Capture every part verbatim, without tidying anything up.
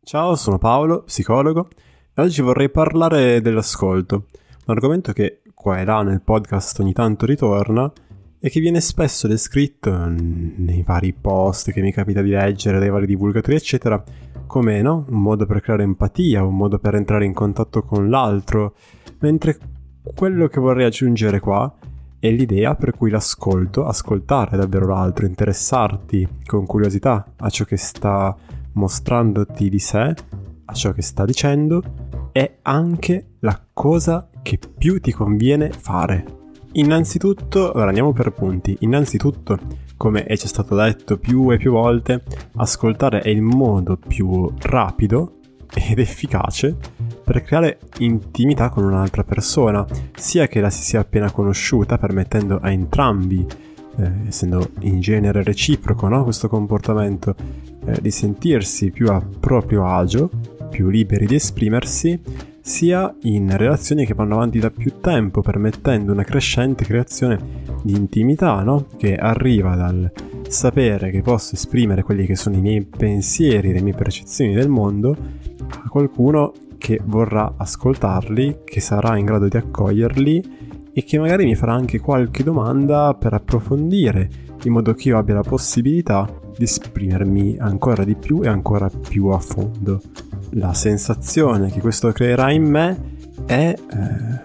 Ciao, sono Paolo, psicologo, e oggi vorrei parlare dell'ascolto, un argomento che qua e là nel podcast ogni tanto ritorna e che viene spesso descritto nei vari post che mi capita di leggere dai vari divulgatori eccetera come no? un modo per creare empatia, un modo per entrare in contatto con l'altro, mentre quello che vorrei aggiungere qua è l'idea per cui l'ascolto, ascoltare davvero l'altro, interessarti con curiosità a ciò che sta mostrandoti di sé, a ciò che sta dicendo, è anche la cosa che più ti conviene fare. Innanzitutto, allora andiamo per punti. Innanzitutto, come è già stato detto più e più volte, ascoltare è il modo più rapido ed efficace per creare intimità con un'altra persona, sia che la si sia appena conosciuta, permettendo a entrambi, eh, essendo in genere reciproco, no, questo comportamento, eh, di sentirsi più a proprio agio, più liberi di esprimersi, sia in relazioni che vanno avanti da più tempo, permettendo una crescente creazione di intimità, no? Che arriva dal sapere che posso esprimere quelli che sono i miei pensieri, le mie percezioni del mondo a qualcuno che vorrà ascoltarli, che sarà in grado di accoglierli e che magari mi farà anche qualche domanda per approfondire, in modo che io abbia la possibilità di esprimermi ancora di più e ancora più a fondo. La sensazione che questo creerà in me è eh,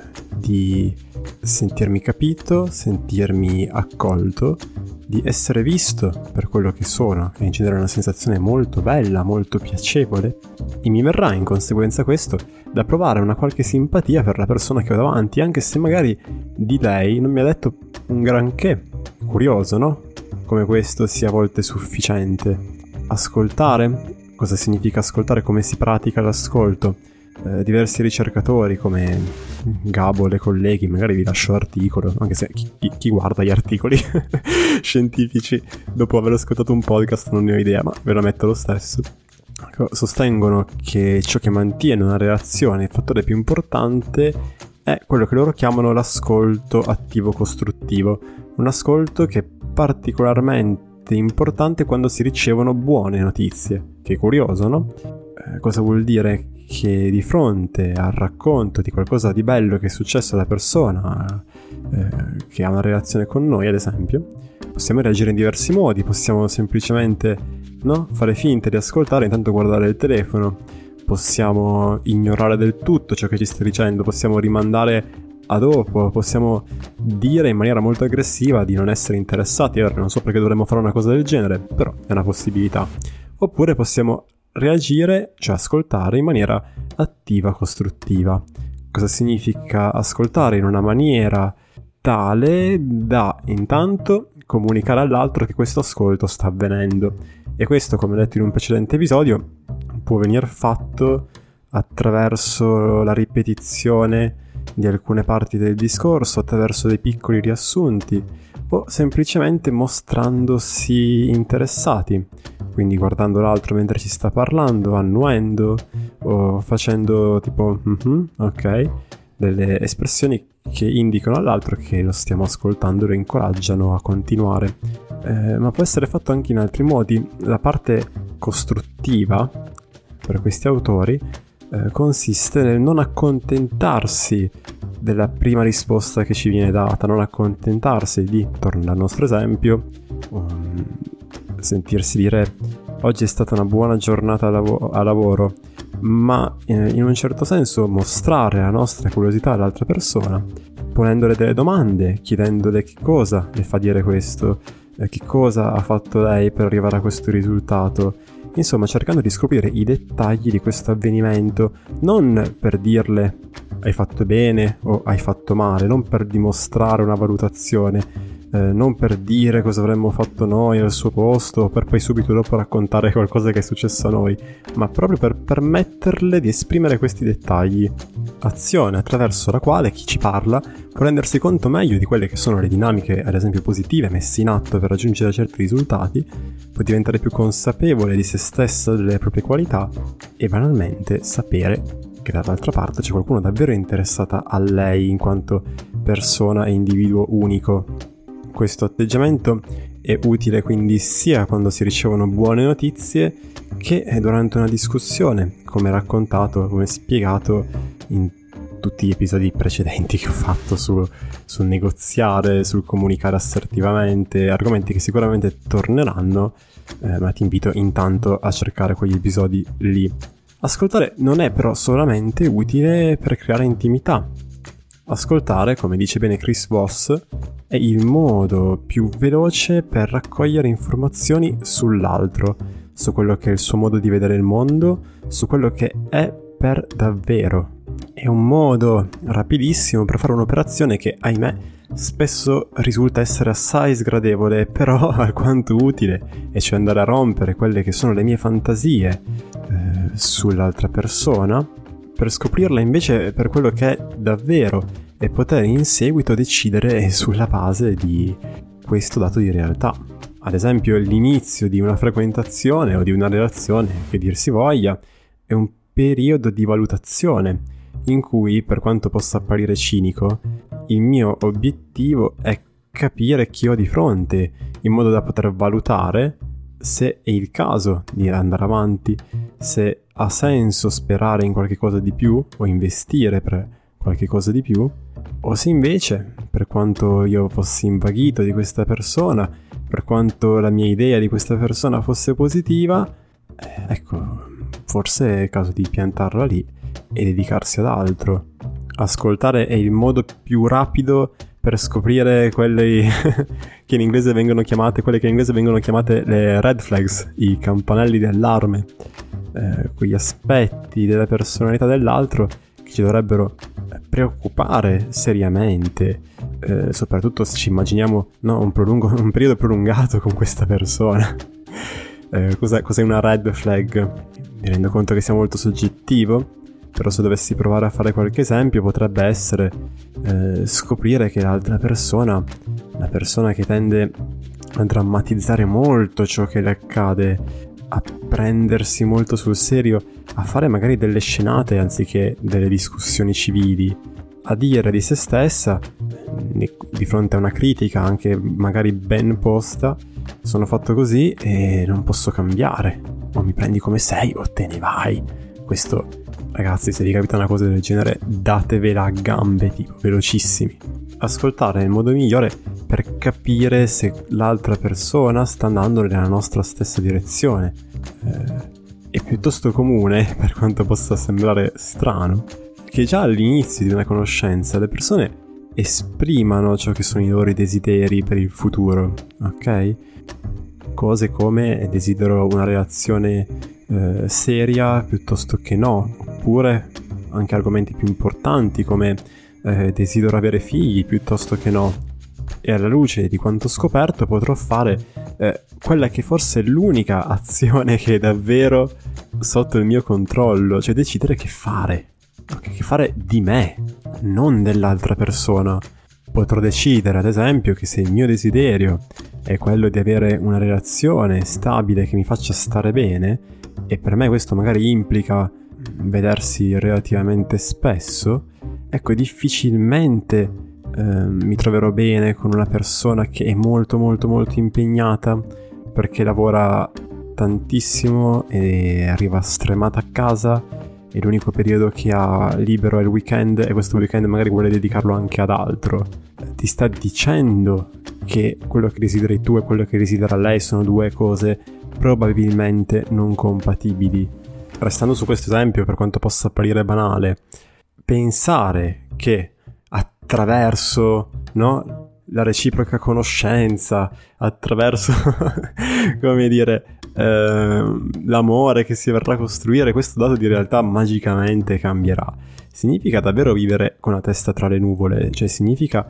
di sentirmi capito, sentirmi accolto, di essere visto per quello che sono, che in genere è una sensazione molto bella, molto piacevole, e mi verrà in conseguenza questo da provare una qualche simpatia per la persona che ho davanti, anche se magari di lei non mi ha detto un granché. Curioso, no? Come questo sia a volte sufficiente. Ascoltare? Cosa significa ascoltare? Come si pratica l'ascolto? Eh, diversi ricercatori come Gabo, le colleghi, magari vi lascio l'articolo, anche se chi, chi guarda gli articoli scientifici dopo aver ascoltato un podcast non ne ho idea, ma ve lo metto lo stesso. Sostengono che ciò che mantiene una relazione, il fattore più importante, è quello che loro chiamano l'ascolto attivo costruttivo, un ascolto che è particolarmente importante quando si ricevono buone notizie. Che è curioso, no? Eh, cosa vuol dire? Che di fronte al racconto di qualcosa di bello che è successo alla persona eh, che ha una relazione con noi, ad esempio, possiamo reagire in diversi modi. Possiamo semplicemente no, fare finta di ascoltare, intanto guardare il telefono, possiamo ignorare del tutto ciò che ci sta dicendo, possiamo rimandare a dopo, possiamo dire in maniera molto aggressiva di non essere interessati. Allora, non so perché dovremmo fare una cosa del genere, però è una possibilità. Oppure possiamo reagire, cioè ascoltare in maniera attiva, costruttiva. Cosa significa ascoltare? In una maniera tale da intanto comunicare all'altro che questo ascolto sta avvenendo. E questo, come detto in un precedente episodio, può venir fatto attraverso la ripetizione di alcune parti del discorso, attraverso dei piccoli riassunti, o semplicemente mostrandosi interessati, quindi guardando l'altro mentre ci sta parlando, annuendo o facendo tipo mm-hmm, ok, delle espressioni che indicano all'altro che lo stiamo ascoltando e lo incoraggiano a continuare. Eh, ma può essere fatto anche in altri modi. La parte costruttiva per questi autori eh, consiste nel non accontentarsi della prima risposta che ci viene data, non accontentarsi di, tornando al nostro esempio, um, sentirsi dire oggi è stata una buona giornata a, lav- a lavoro, ma eh, in un certo senso mostrare la nostra curiosità all'altra persona, ponendole delle domande, chiedendole che cosa le fa dire questo, eh, che cosa ha fatto lei per arrivare a questo risultato. Insomma, cercando di scoprire i dettagli di questo avvenimento, non per dirle hai fatto bene o hai fatto male, non per dimostrare una valutazione, eh, non per dire cosa avremmo fatto noi al suo posto, per poi subito dopo raccontare qualcosa che è successo a noi, ma proprio per permetterle di esprimere questi dettagli. Azione attraverso la quale chi ci parla può rendersi conto meglio di quelle che sono le dinamiche, ad esempio positive, messe in atto per raggiungere certi risultati, può diventare più consapevole di se stessa, delle proprie qualità e banalmente sapere che dall'altra parte c'è qualcuno davvero interessata a lei in quanto persona e individuo unico. Questo atteggiamento è utile quindi sia quando si ricevono buone notizie che durante una discussione, come raccontato, come spiegato in tutti gli episodi precedenti che ho fatto su, sul negoziare, sul comunicare assertivamente, argomenti che sicuramente torneranno, eh, ma ti invito intanto a cercare quegli episodi lì. Ascoltare non è però solamente utile per creare intimità. Ascoltare, come dice bene Chris Voss, è il modo più veloce per raccogliere informazioni sull'altro, su quello che è il suo modo di vedere il mondo, su quello che è per davvero. È un modo rapidissimo per fare un'operazione che, ahimè, spesso risulta essere assai sgradevole, però alquanto utile, e cioè andare a rompere quelle che sono le mie fantasie eh, sull'altra persona, per scoprirla invece per quello che è davvero e poter in seguito decidere sulla base di questo dato di realtà. Ad esempio, l'inizio di una frequentazione o di una relazione, che dir si voglia, è un periodo di valutazione in cui, per quanto possa apparire cinico, il mio obiettivo è capire chi ho di fronte, in modo da poter valutare se è il caso di andare avanti, se ha senso sperare in qualche cosa di più o investire per qualche cosa di più, o se invece, per quanto io fossi invaghito di questa persona, per quanto la mia idea di questa persona fosse positiva, eh, ecco, forse è il caso di piantarla lì e dedicarsi ad altro. Ascoltare è il modo più rapido per scoprire quelle che in inglese vengono chiamate quelle che in inglese vengono chiamate le red flags, i campanelli d'allarme, eh, quegli aspetti della personalità dell'altro che ci dovrebbero preoccupare seriamente, eh, soprattutto se ci immaginiamo no, un, prolungo, un periodo prolungato con questa persona. Eh, cos'è, cos'è una red flag? Mi rendo conto che sia molto soggettivo, però se dovessi provare a fare qualche esempio potrebbe essere eh, scoprire che l'altra persona, la persona che tende a drammatizzare molto ciò che le accade, a prendersi molto sul serio, a fare magari delle scenate anziché delle discussioni civili, a dire di se stessa di fronte a una critica anche magari ben posta: sono fatto così e non posso cambiare, o mi prendi come sei o te ne vai. Questo, ragazzi, se vi capita una cosa del genere, datevela a gambe, tipo velocissimi. Ascoltare è il modo migliore per capire se l'altra persona sta andando nella nostra stessa direzione. Eh, è piuttosto comune, per quanto possa sembrare strano, che già all'inizio di una conoscenza le persone esprimano ciò che sono i loro desideri per il futuro, ok? Cose come desidero una relazione eh, seria piuttosto che no, oppure anche argomenti più importanti come eh, desidero avere figli piuttosto che no. E alla luce di quanto scoperto potrò fare eh, quella che forse è l'unica azione che è davvero sotto il mio controllo, cioè decidere che fare, che fare di me, non dell'altra persona. Potrò decidere, ad esempio, che se il mio desiderio è quello di avere una relazione stabile che mi faccia stare bene, e per me questo magari implica vedersi relativamente spesso, ecco, difficilmente eh, mi troverò bene con una persona che è molto molto molto impegnata perché lavora tantissimo e arriva stremata a casa e l'unico periodo che ha libero è il weekend, e questo weekend magari vuole dedicarlo anche ad altro. Ti sta dicendo che quello che desideri tu e quello che desidera lei sono due cose probabilmente non compatibili. Restando su questo esempio, per quanto possa apparire banale, pensare che attraverso, no, la reciproca conoscenza, attraverso come dire eh, l'amore che si verrà a costruire, questo dato di realtà magicamente cambierà, significa davvero vivere con la testa tra le nuvole, cioè significa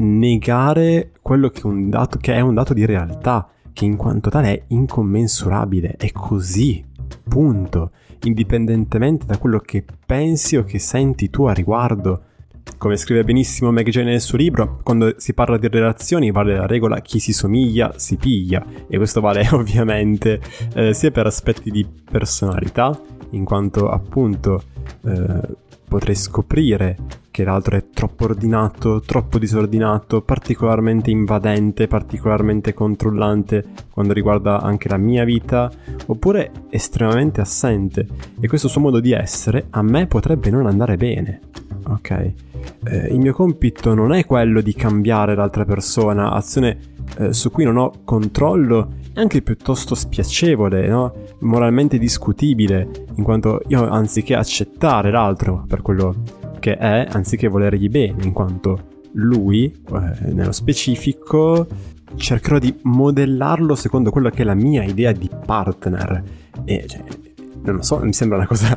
negare quello che è un dato, che è un dato di realtà, che in quanto tale è incommensurabile, è così, punto, indipendentemente da quello che pensi o che senti tu a riguardo. Come scrive benissimo Meg Jay nel suo libro, quando si parla di relazioni vale la regola chi si somiglia si piglia, e questo vale ovviamente eh, sia per aspetti di personalità, in quanto appunto eh, potrei scoprire che l'altro è troppo ordinato, troppo disordinato, particolarmente invadente, particolarmente controllante quando riguarda anche la mia vita, oppure estremamente assente, e questo suo modo di essere a me potrebbe non andare bene, ok? Eh, il mio compito non è quello di cambiare l'altra persona, azione eh, su cui non ho controllo, è anche piuttosto spiacevole, no? Moralmente discutibile, in quanto io, anziché accettare l'altro per quello che è, anziché volergli bene, in quanto lui, eh, nello specifico, cercherò di modellarlo secondo quello che è la mia idea di partner. E cioè, non lo so, mi sembra una cosa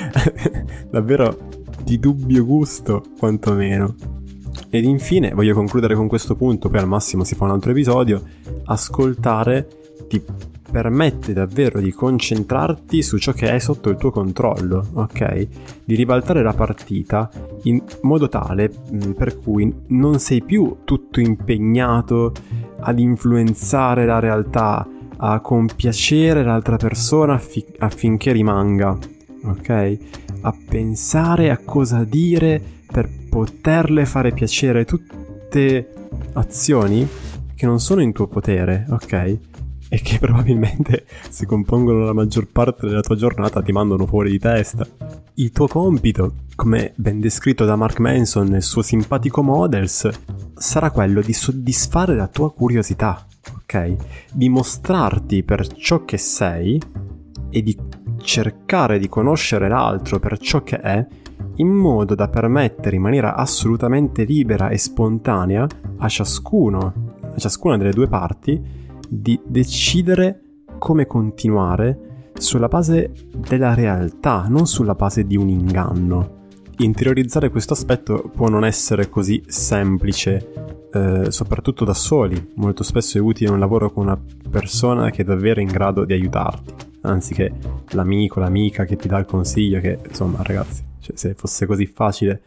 davvero di dubbio gusto, quantomeno. Ed infine, voglio concludere con questo punto, poi al massimo si fa un altro episodio. Ascoltare ti permette davvero di concentrarti su ciò che è sotto il tuo controllo, ok? Di ribaltare la partita in modo tale mh, per cui non sei più tutto impegnato ad influenzare la realtà, a compiacere l'altra persona affi- affinché rimanga, ok? A pensare a cosa dire per poterle fare piacere, tutte azioni che non sono in tuo potere, ok? E che probabilmente si compongono la maggior parte della tua giornata, ti mandano fuori di testa. Il tuo compito, come ben descritto da Mark Manson nel suo simpatico Models, sarà quello di soddisfare la tua curiosità, ok? Di mostrarti per ciò che sei e di cercare di conoscere l'altro per ciò che è, in modo da permettere in maniera assolutamente libera e spontanea a ciascuno, a ciascuna delle due parti, di decidere come continuare sulla base della realtà, non sulla base di un inganno. Interiorizzare questo aspetto può non essere così semplice, eh, soprattutto da soli. Molto spesso è utile un lavoro con una persona che è davvero in grado di aiutarti, anziché l'amico, l'amica che ti dà il consiglio che, insomma, ragazzi, cioè, se fosse così facile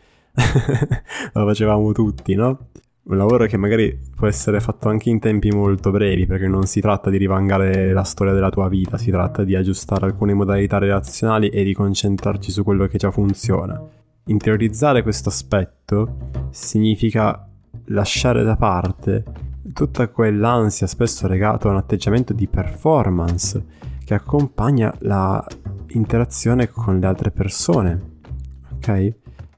lo facevamo tutti, no? Un lavoro che magari può essere fatto anche in tempi molto brevi, perché non si tratta di rivangare la storia della tua vita, si tratta di aggiustare alcune modalità relazionali e di concentrarci su quello che già funziona. Interiorizzare questo aspetto significa lasciare da parte tutta quell'ansia spesso legata a un atteggiamento di performance che accompagna la interazione con le altre persone, ok?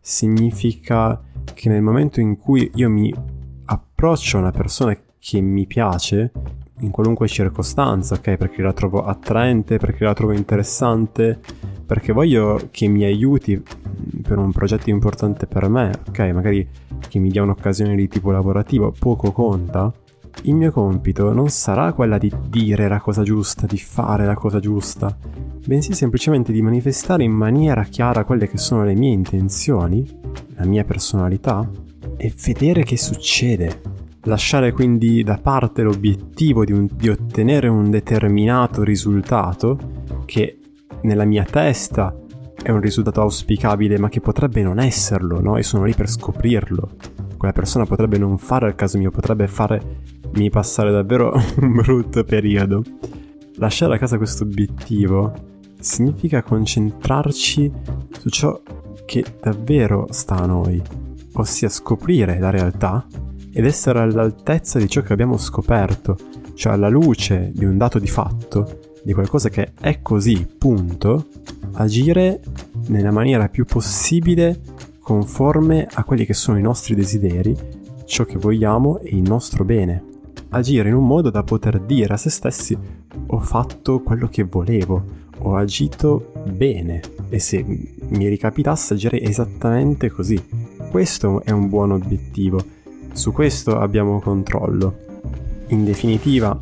Significa che nel momento in cui io mi approccio a una persona che mi piace, in qualunque circostanza, ok? Perché la trovo attraente, perché la trovo interessante, perché voglio che mi aiuti per un progetto importante per me, ok? Magari che mi dia un'occasione di tipo lavorativo, poco conta. Il mio compito non sarà quella di dire la cosa giusta, di fare la cosa giusta, bensì semplicemente di manifestare in maniera chiara quelle che sono le mie intenzioni, la mia personalità, e vedere che succede. Lasciare quindi da parte l'obiettivo di, un, di ottenere un determinato risultato, che nella mia testa è un risultato auspicabile, ma che potrebbe non esserlo, no? E sono lì per scoprirlo. Quella persona potrebbe non fare al caso mio, potrebbe farmi passare davvero un brutto periodo. Lasciare a casa questo obiettivo significa concentrarci su ciò che davvero sta a noi, ossia scoprire la realtà ed essere all'altezza di ciò che abbiamo scoperto, cioè alla luce di un dato di fatto, di qualcosa che è così, punto, agire nella maniera più possibile conforme a quelli che sono i nostri desideri, ciò che vogliamo e il nostro bene. Agire in un modo da poter dire a se stessi: ho fatto quello che volevo, ho agito bene, e se mi ricapitasse agire esattamente così. Questo è un buon obiettivo, su questo abbiamo controllo. In definitiva,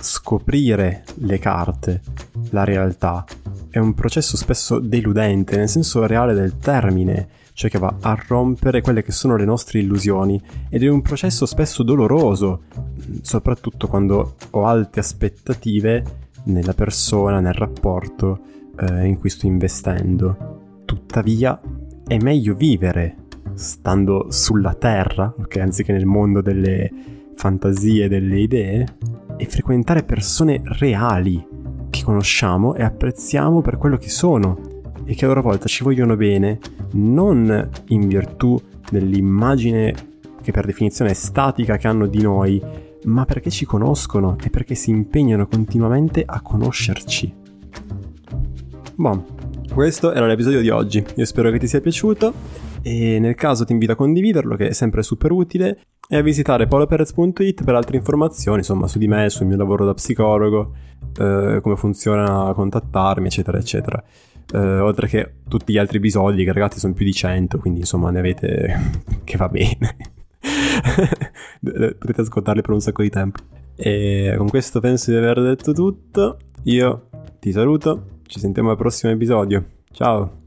scoprire le carte, la realtà, è un processo spesso deludente nel senso reale del termine, cioè che va a rompere quelle che sono le nostre illusioni, ed è un processo spesso doloroso, soprattutto quando ho alte aspettative nella persona, nel rapporto eh, in cui sto investendo. Tuttavia è meglio vivere stando sulla terra, ok, anziché nel mondo delle fantasie, delle idee, e frequentare persone reali che conosciamo e apprezziamo per quello che sono e che a loro volta ci vogliono bene, non in virtù dell'immagine che per definizione è statica che hanno di noi, ma perché ci conoscono e perché si impegnano continuamente a conoscerci. Boh, questo era l'episodio di oggi. Io spero che ti sia piaciuto e nel caso ti invito a condividerlo, che è sempre super utile, e a visitare paoloperez punto it per altre informazioni, insomma, su di me, sul mio lavoro da psicologo, eh, come funziona contattarmi, eccetera, eccetera. Eh, oltre che tutti gli altri episodi, che ragazzi sono più di cento, quindi insomma ne avete che va bene. Potete ascoltarli per un sacco di tempo. E con questo penso di aver detto tutto. Io ti saluto, ci sentiamo al prossimo episodio. Ciao!